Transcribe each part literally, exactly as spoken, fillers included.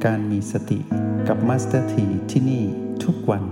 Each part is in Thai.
การมีสติกับมาสเตอร์ทีที่นี่ทุกวัน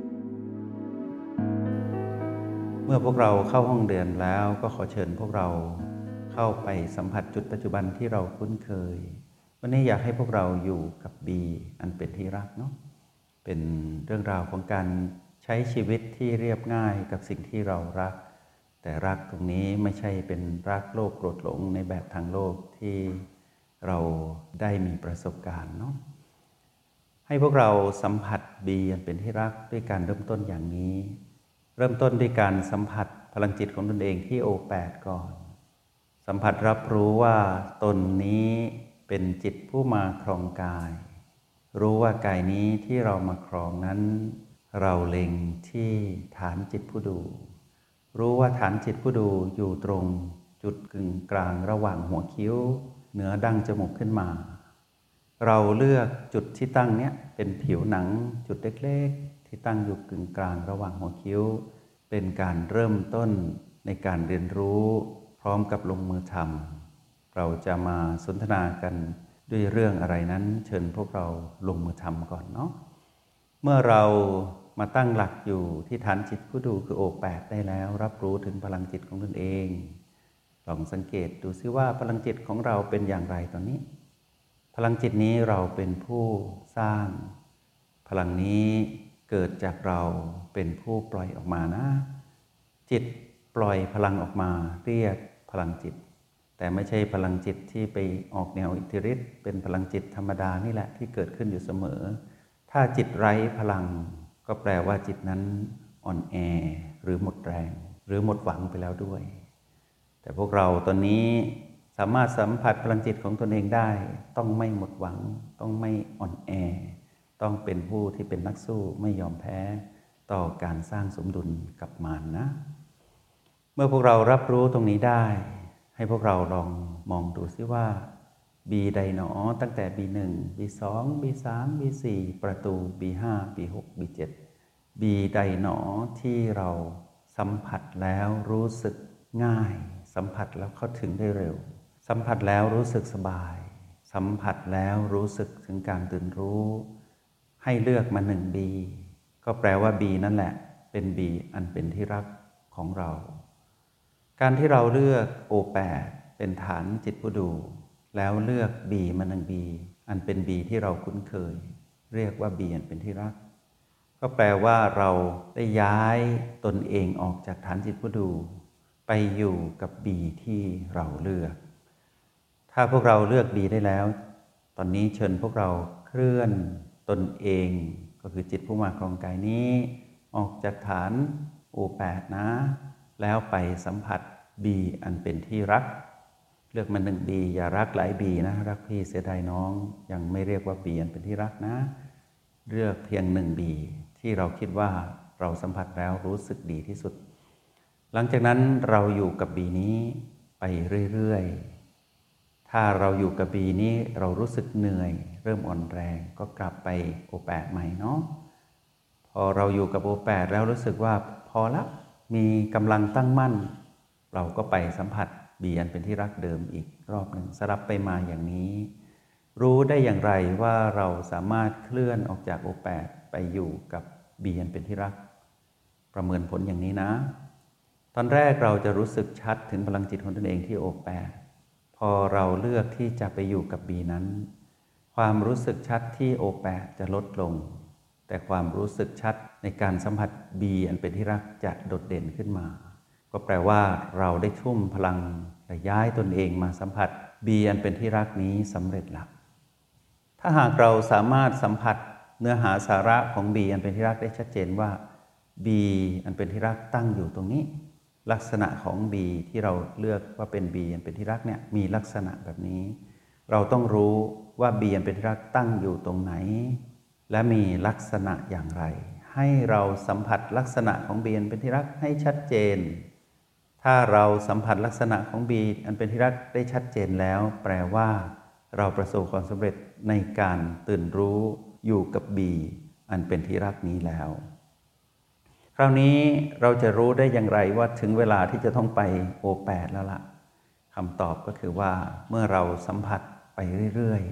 เมื่อพวกเราเข้าห้องเรียนแล้วก็ขอเชิญพวกเราเข้าไปสัมผัสจุดปัจจุบันที่เราคุ้นเคยวันนี้อยากให้พวกเราอยู่กับบีอันเป็นที่รักเนาะเป็นเรื่องราวของการใช้ชีวิตที่เรียบง่ายกับสิ่งที่เรารักแต่รักตรงนี้ไม่ใช่เป็นรักโลภโกรธหลงในแบบทางโลกที่เราได้มีประสบการณ์เนาะให้พวกเราสัมผัสบีอันเป็นที่รักด้วยการเริ่มต้นอย่างนี้เริ่มต้นด้วยการสัมผัสพลังจิตของตนเองที่โอแปดก่อนสัมผัสรับรู้ว่าตนนี้เป็นจิตผู้มาครองกายรู้ว่ากายนี้ที่เรามาครองนั้นเราเล็งที่ฐานจิตผู้ดูรู้ว่าฐานจิตผู้ดูอยู่ตรงจุดกึ่งกลางระหว่างหัวคิ้วเหนือดั้งจมูกขึ้นมาเราเลือกจุดที่ตั้งเนี้ยเป็นผิวหนังจุดเล็กๆที่ตั้งอยู่กึ่งกลางระหว่างหัวคิ้วเป็นการเริ่มต้นในการเรียนรู้พร้อมกับลงมือทำเราจะมาสนทนากันด้วยเรื่องอะไรนั้นเชิญพวกเราลงมือทำก่อนเนาะเมื่อเรามาตั้งหลักอยู่ที่ฐานจิตผู้ดูคือโอแปดได้แล้วรับรู้ถึงพลังจิตของตนเองลองสังเกตดูซิว่าพลังจิตของเราเป็นอย่างไรตอนนี้พลังจิตนี้เราเป็นผู้สร้างพลังนี้เกิดจากเราเป็นผู้ปล่อยออกมานะจิตปล่อยพลังออกมาเรียกพลังจิตแต่ไม่ใช่พลังจิตที่ไปออกแนวอิทธิฤทธิ์เป็นพลังจิตธรรมดานี่แหละที่เกิดขึ้นอยู่เสมอถ้าจิตไร้พลังก็แปลว่าจิตนั้นอ่อนแอหรือหมดแรงหรือหมดหวังไปแล้วด้วยแต่พวกเราตอนนี้สามารถสัมผัสพลังจิตของตนเองได้ต้องไม่หมดหวังต้องไม่อ่อนแอต้องเป็นผู้ที่เป็นนักสู้ไม่ยอมแพ้ต่อการสร้างสมดุลกับมารนะเมื่อพวกเรารับรู้ตรงนี้ได้ให้พวกเราลองมองดูซิว่าบีใดหนอตั้งแต่ บี หนึ่ง บี สอง บี สาม บี สี่ ประตู บี ห้า บี หก บี เจ็ด บีใดหนอที่เราสัมผัสแล้วรู้สึกง่ายสัมผัสแล้วเข้าถึงได้เร็วสัมผัสแล้วรู้สึกสบายสัมผัสแล้วรู้สึกถึงการตื่นรู้ให้เลือกมาหนึ่ง บี ก็แปลว่า บี นั่นแหละเป็น บี อันเป็นที่รักของเราการที่เราเลือกโอแปดเป็นฐานจิตผู้ดูแล้วเลือก บี มาหนึ่ง บี อันเป็น บี ที่เราคุ้นเคยเรียกว่า บี อันเป็นที่รักก็แปลว่าเราได้ย้ายตนเองออกจากฐานจิตผู้ดูไปอยู่กับ บี ที่เราเลือกถ้าพวกเราเลือก บี ได้แล้วตอนนี้เชิญพวกเราเคลื่อนตนเองก็คือจิตผู้มาครองกายนี้ออกจากฐานโอแปดนะแล้วไปสัมผัส บี อันเป็นที่รักเลือกมาหนึ่ง บี อย่ารักหลาย บี นะรักพี่เสียดายน้องยังไม่เรียกว่า บี อันเป็นที่รักนะเลือกเพียงหนึ่ง บี ที่เราคิดว่าเราสัมผัสแล้วรู้สึกดีที่สุดหลังจากนั้นเราอยู่กับ บี นี้ไปเรื่อยๆถ้าเราอยู่กับ บี นี้เรารู้สึกเหนื่อยเริ่มอ่อนแรงก็กลับไปโอแปดใหม่เนาะพอเราอยู่กับโอแปดแล้วรู้สึกว่าพอละมีกำลังตั้งมั่นเราก็ไปสัมผัส บี อันเป็นที่รักเดิมอีกรอบหนึ่งสลับไปมาอย่างนี้รู้ได้อย่างไรว่าเราสามารถเคลื่อนออกจากโอแปดไปอยู่กับ บี อันเป็นที่รักประเมินผลอย่างนี้นะตอนแรกเราจะรู้สึกชัดถึงพลังจิตของตนเองที่โอแปดพอเราเลือกที่จะไปอยู่กับ บี นั้นความรู้สึกชัดที่โอแปดจะลดลงแต่ความรู้สึกชัดในการสัมผัส บี อันเป็นที่รักจะโดดเด่นขึ้นมาก็แปลว่าเราได้ทุ่มพลังและย้ายตนเองมาสัมผัส บี อันเป็นที่รักนี้สำเร็จแล้วถ้าหากเราสามารถสัมผัสเนื้อหาสาระของ บี อันเป็นที่รักได้ชัดเจนว่า บี อันเป็นที่รักตั้งอยู่ตรงนี้ลักษณะของ บี ที่เราเลือกว่าเป็น บี อันเป็นที่รักเนี่ยมีลักษณะแบบนี้เราต้องรู้ว่า บี อันเป็นที่รักตั้งอยู่ตรงไหนและมีลักษณะอย่างไรให้เราสัมผัสลักษณะของ บี อันเป็นที่รักให้ชัดเจนถ้าเราสัมผัสลักษณะของ บี อันเป็นที่รักได้ชัดเจนแล้วแปลว่าเราประสบความสำเร็จในการตื่นรู้อยู่กับ บี อันเป็นที่รักนี้แล้วคราวนี้เราจะรู้ได้อย่างไรว่าถึงเวลาที่จะต้องไปโอแปดแล้วล่ะคำตอบก็คือว่าเมื่อเราสัมผัสไปเรื่อย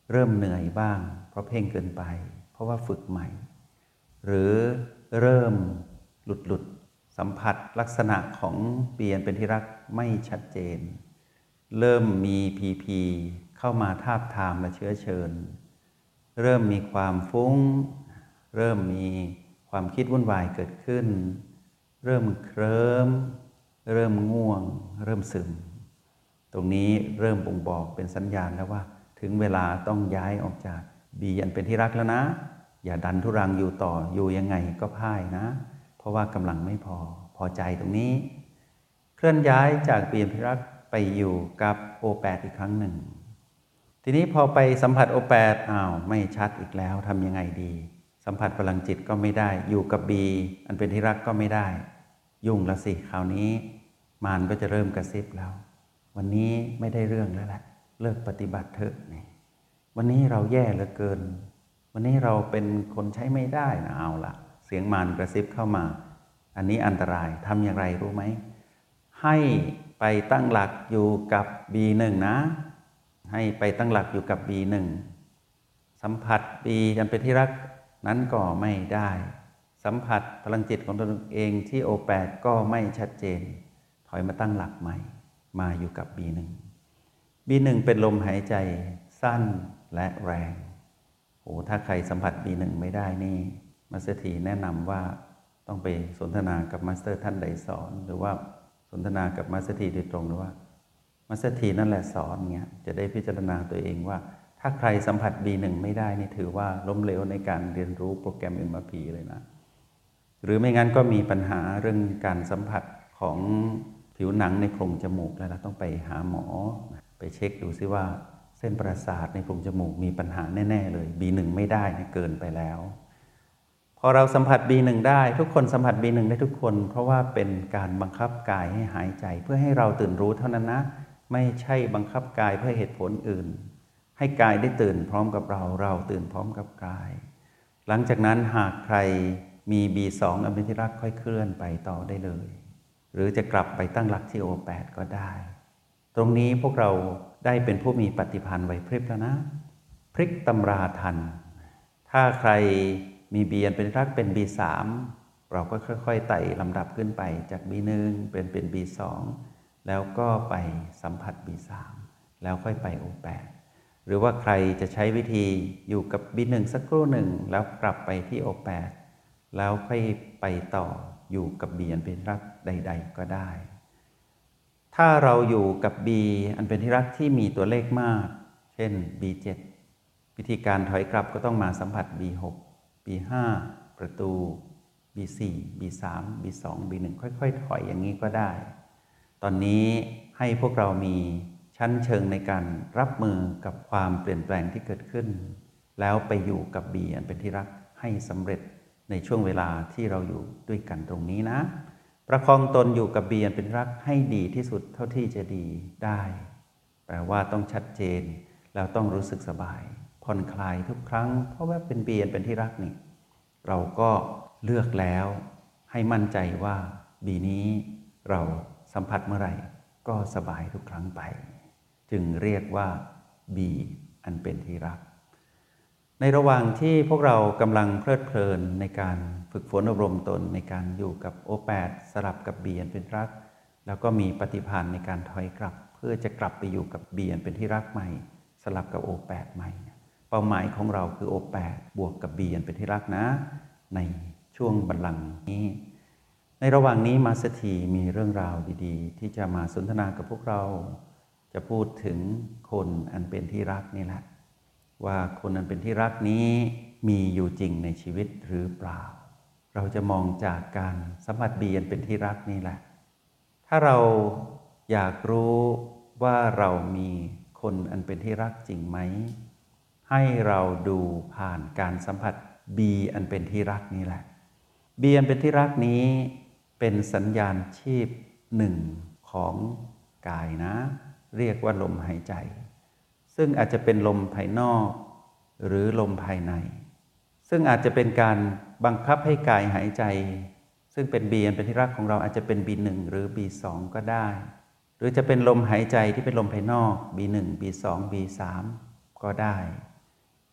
เริ่มเหนื่อยบ้างเพราะเพ่งเกินไปเพราะว่าฝึกใหม่หรือเริ่มหลุดหลุดสัมผัสลักษณะของเบียนเป็นที่รักไม่ชัดเจนเริ่มมีพีพีเข้ามาทาบทามและเชื้อเชิญเริ่มมีความฟุ้งเริ่มมีความคิดวุ่นวายเกิดขึ้นเริ่มเคลิ้มเริ่มง่วงเริ่มซึมตรงนี้เริ่มบ่งบอกเป็นสัญญาณแล้วว่าถึงเวลาต้องย้ายออกจากบีอันเป็นที่รักแล้วนะอย่าดันทุรังอยู่ต่ออยู่ยังไงก็พ่ายนะเพราะว่ากำลังไม่พอพอใจตรงนี้เคลื่อนย้ายจากบีอันเป็นที่รักไปอยู่กับโอแปดอีกครั้งหนึ่งทีนี้พอไปสัมผัสโอแปดอ้าวไม่ชัดอีกแล้วทำยังไงดีสัมผัสพลังจิตก็ไม่ได้อยู่กับบีอันเป็นที่รักก็ไม่ได้ยุ่งละสิคราวนี้มารก็จะเริ่มกระซิบแล้ววันนี้ไม่ได้เรื่องแล้วแหละเลิกปฏิบัติเถอะนี่วันนี้เราแย่เหลือเกินวันนี้เราเป็นคนใช้ไม่ได้นะเอาละเสียงมารกระซิบเข้ามาอันนี้อันตรายทำอย่างไรรู้ไหมให้ไปตั้งหลักอยู่กับ บี หนึ่ง นะให้ไปตั้งหลักอยู่กับ บี หนึ่ง สัมผัส B อันเป็นที่รักนั้นก็ไม่ได้สัมผัสพลังจิตของตนเองที่ โอ แปด ก็ไม่ชัดเจนถอยมาตั้งหลักใหม่มาอยู่กับ บี หนึ่ง บี หนึ่ง เป็นลมหายใจสั้นและแรงโอ้ถ้าใครสัมผัส บี หนึ่ง ไม่ได้นี่มาสเตอร์ทีแนะนำว่าต้องไปสนทนากับมาสเตอร์ท่านใดสอนหรือว่าสนทนากับมาสเตอร์ทีโดยตรงหรือว่ามาสเตอร์ทีนั่นแหละสอนเงี้ยจะได้พิจารณาตัวเองว่าถ้าใครสัมผัส บี หนึ่ง ไม่ได้นี่ถือว่าล้มเหลวในการเรียนรู้โปรแกรม เอ็ม อาร์ พี เลยนะหรือไม่งั้นก็มีปัญหาเรื่องการสัมผัสของผิวหนังในโพรงจมูกแล้วเราต้องไปหาหมอไปเช็คดูซิว่าเส้นประสาทในโพรงจมูกมีปัญหาแน่ๆเลย บี หนึ่ง ไม่ได้เนี่ยเกินไปแล้วพอเราสัมผัส บี หนึ่ง ได้ทุกคนสัมผัส บี หนึ่ง ได้ทุกคนเพราะว่าเป็นการบังคับกายให้หายใจเพื่อให้เราตื่นรู้เท่านั้นนะไม่ใช่บังคับกายเพื่อเหตุผลอื่นให้กายได้ตื่นพร้อมกับเราเราตื่นพร้อมกับกายหลังจากนั้นหากใครมี บี สอง อันเป็นที่รักค่อยเคลื่อนไปต่อได้เลยหรือจะกลับไปตั้งหลักที่ โอ แปด ก็ได้ตรงนี้พวกเราได้เป็นผู้มีปฏิภาณไหวพริบแล้วนะพลิกตำราทันถ้าใครมี B อันเป็นที่รักเป็น บี สาม เราก็ค่อยๆไต่ลำดับขึ้นไปจาก บี หนึ่ง เป็นเป็น บี สอง แล้วก็ไปสัมผัส บี สาม แล้วค่อยไป โอ แปดหรือว่าใครจะใช้วิธีอยู่กับ บี หนึ่ง สักครู่หนึ่งแล้วกลับไปที่ โอ แปด แล้วค่อยไปต่ออยู่กับ B อันเป็นที่รักใดๆก็ได้ถ้าเราอยู่กับ B อันเป็นที่รักที่มีตัวเลขมากเช่น บี เจ็ด วิธีการถอยกลับก็ต้องมาสัมผัส บี หก บี ห้า ประตู บี สี่ บี สาม บี สอง บี หนึ่ง ค่อยๆถอยอย่างนี้ก็ได้ตอนนี้ให้พวกเรามีชั้นเชิงในการรับมือกับความเปลี่ยนแปลงที่เกิดขึ้นแล้วไปอยู่กับ B อันเป็นที่รักให้สำเร็จในช่วงเวลาที่เราอยู่ด้วยกันตรงนี้นะประคองตนอยู่กับ B อันเป็นรักให้ดีที่สุดเท่าที่จะดีได้แปลว่าต้องชัดเจนแล้วต้องรู้สึกสบายผ่อนคลายทุกครั้งเพราะว่าเป็น B อันเป็นที่รักนี่เราก็เลือกแล้วให้มั่นใจว่า B นี้เราสัมผัสเมื่อไหร่ก็สบายทุกครั้งไปจึงเรียกว่า B อันเป็นที่รักในระหว่างที่พวกเรากำลังเพลิดเพลินในการฝึกฝนอบรมตนในการอยู่กับ โอ แปด สลับกับ B อันเป็นรักแล้วก็มีปฏิภาณในการถอยกลับเพื่อจะกลับไปอยู่กับ B อันเป็นที่รักใหม่สลับกับ โอ แปด ใหม่เป้าหมายของเราคือ โอ แปด บวกกับ B อันเป็นที่รักนะในช่วงบัลลังก์นี้ในระหว่างนี้มาสเตอร์ทีมีเรื่องราวดีๆที่จะมาสนทนากับพวกเราจะพูดถึงคนอันเป็นที่รักนี่แหละว่าคนอันเป็นที่รักนี้มีอยู่จริงในชีวิตหรือเปล่าเราจะมองจากการสัมผัส B อันเป็นที่รักนี่แหละถ้าเราอยากรู้ว่าเรามีคนอันเป็นที่รักจริงไหมให้เราดูผ่านการสัมผัส B อันเป็นที่รักนี่แหละ B อันเป็นที่รักนี้เป็นสัญญาณชีพหนึ่งของกายนะเรียกว่าลมหายใจซึ่งอาจจะเป็นลมภายนอกหรือลมภายในซึ่งอาจจะเป็นการบังคับให้กายหายใจซึ่งเป็น B อันเป็นที่รักของเราอาจจะเป็น บี หนึ่ง หรือ บี สอง ก็ได้หรือจะเป็นลมหายใจที่เป็นลมภายนอก บี หนึ่ง บี สอง บี สาม ก็ได้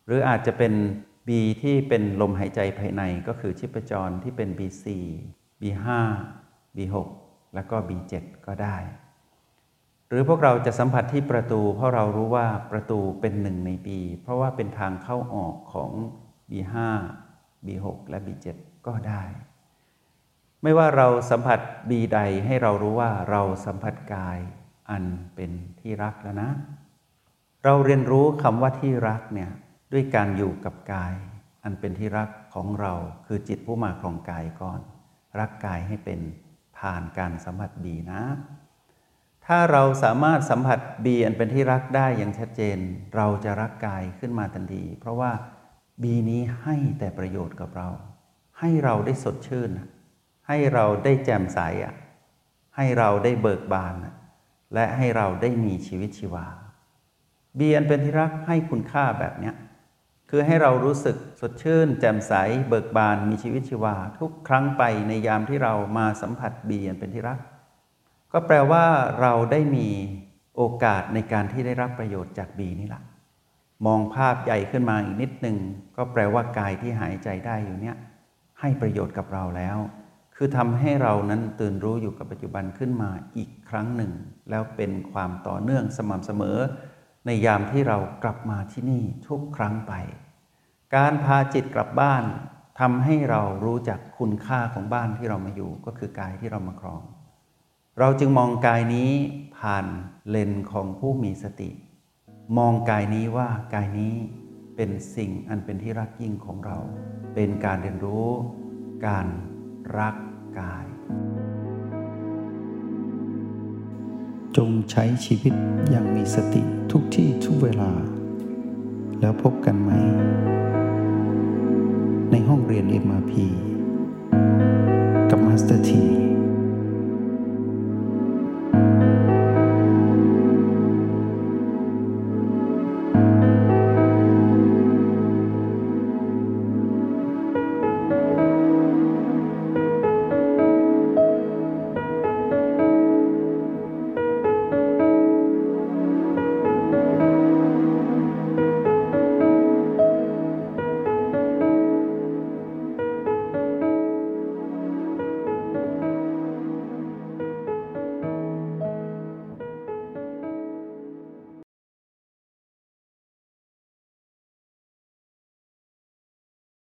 หรืออาจจะเป็น B ที่เป็นลมหายใจภายในก็คือชีพจรที่เป็น บี โฟร์ บี ไฟว์ บี ซิกซ์ แล้วก็ บี เซเว่น ก็ได้หรือพวกเราจะสัมผัสที่ประตูเพราะเรารู้ว่าประตูเป็นหนึ่งใน B เพราะว่าเป็นทางเข้าออกของ บี ไฟว์ บี ซิกซ์ และ บี เซเว่น ก็ได้ไม่ว่าเราสัมผัส B ใดให้เรารู้ว่าเราสัมผัสกายอันเป็นที่รักแล้วนะเราเรียนรู้คำว่าที่รักเนี่ยด้วยการอยู่กับกายอันเป็นที่รักของเราคือจิตผู้มาครองกายก่อนรักกายให้เป็นผ่านการสัมผัส B นะถ้าเราสามารถสัมผัส B อันเป็นที่รักได้อย่างชัดเจนเราจะรักกายขึ้นมาทันทีเพราะว่า B นี้ให้แต่ประโยชน์กับเราให้เราได้สดชื่นให้เราได้แจ่มใสให้เราได้เบิกบานและให้เราได้มีชีวิตชีวา B อันเป็นที่รักให้คุณค่าแบบนี้คือให้เรารู้สึกสดชื่นแจ่มใสเบิกบานมีชีวิตชีวาทุกครั้งไปในยามที่เรามาสัมผัส B อันเป็นที่รักก็แปลว่าเราได้มีโอกาสในการที่ได้รับประโยชน์จาก B นี่แหละมองภาพใหญ่ขึ้นมาอีกนิดนึงก็แปลว่ากายที่หายใจได้อยู่เนี่ยให้ประโยชน์กับเราแล้วคือทำให้เรานั้นตื่นรู้อยู่กับปัจจุบันขึ้นมาอีกครั้งหนึ่งแล้วเป็นความต่อเนื่องสม่ำเสมอในยามที่เรากลับมาที่นี่ทุกครั้งไปการพาจิตกลับบ้านทำให้เรารู้จักคุณค่าของบ้านที่เรามาอยู่ก็คือกายที่เรามาครองเราจึงมองกายนี้ผ่านเลนส์ของผู้มีสติมองกายนี้ว่ากายนี้เป็นสิ่งอันเป็นที่รักยิ่งของเราเป็นการเรียนรู้การรักกายจงใช้ชีวิตอย่างมีสติทุกที่ทุกเวลาแล้วพบกันไหมในห้องเรียน เอ็ม อาร์ พี กับมาสเตอร์ที